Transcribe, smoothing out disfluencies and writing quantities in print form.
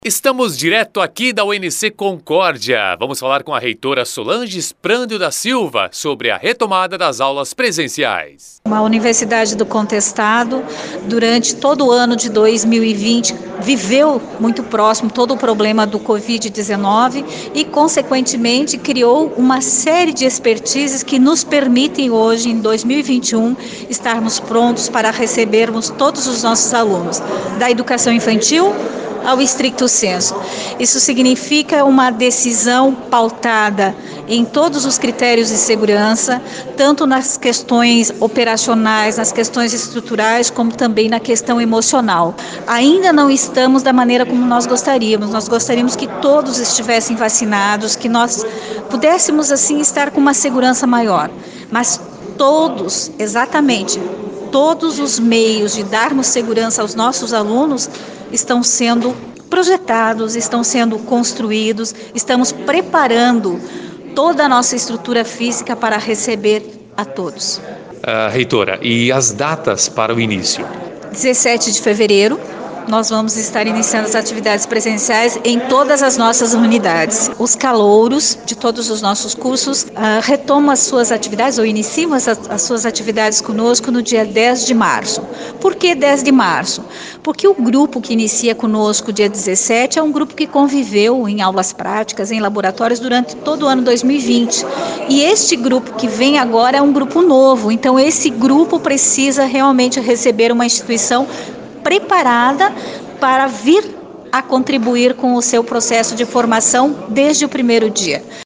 Estamos direto aqui da UNC Concórdia. Vamos falar com a reitora Solange Sprândio da Silva sobre a retomada das aulas presenciais. A Universidade do Contestado, durante todo o ano de 2020, viveu muito próximo todo o problema do Covid-19 e, consequentemente, criou uma série de expertises que nos permitem hoje, em 2021, estarmos prontos para recebermos todos os nossos alunos, da educação infantil ao estricto sensu. Isso significa uma decisão pautada em todos os critérios de segurança, tanto nas questões operacionais, nas questões estruturais, como também na questão emocional. Ainda não estamos da maneira como nós gostaríamos que todos estivessem vacinados, que nós pudéssemos assim estar com uma segurança maior, mas todos, exatamente, todos os meios de darmos segurança aos nossos alunos estão sendo projetados, estão sendo construídos, estamos preparando toda a nossa estrutura física para receber a todos. Reitora, e as datas para o início? 17 de fevereiro, nós vamos estar iniciando as atividades presenciais em todas as nossas unidades. Os calouros de todos os nossos cursos retomam as suas atividades ou iniciam as suas atividades conosco no dia 10 de março. Por que 10 de março? Porque o grupo que inicia conosco dia 17 é um grupo que conviveu em aulas práticas, em laboratórios durante todo o ano 2020. E este grupo que vem agora é um grupo novo, então esse grupo precisa realmente receber uma instituição preparada para vir a contribuir com o seu processo de formação desde o primeiro dia.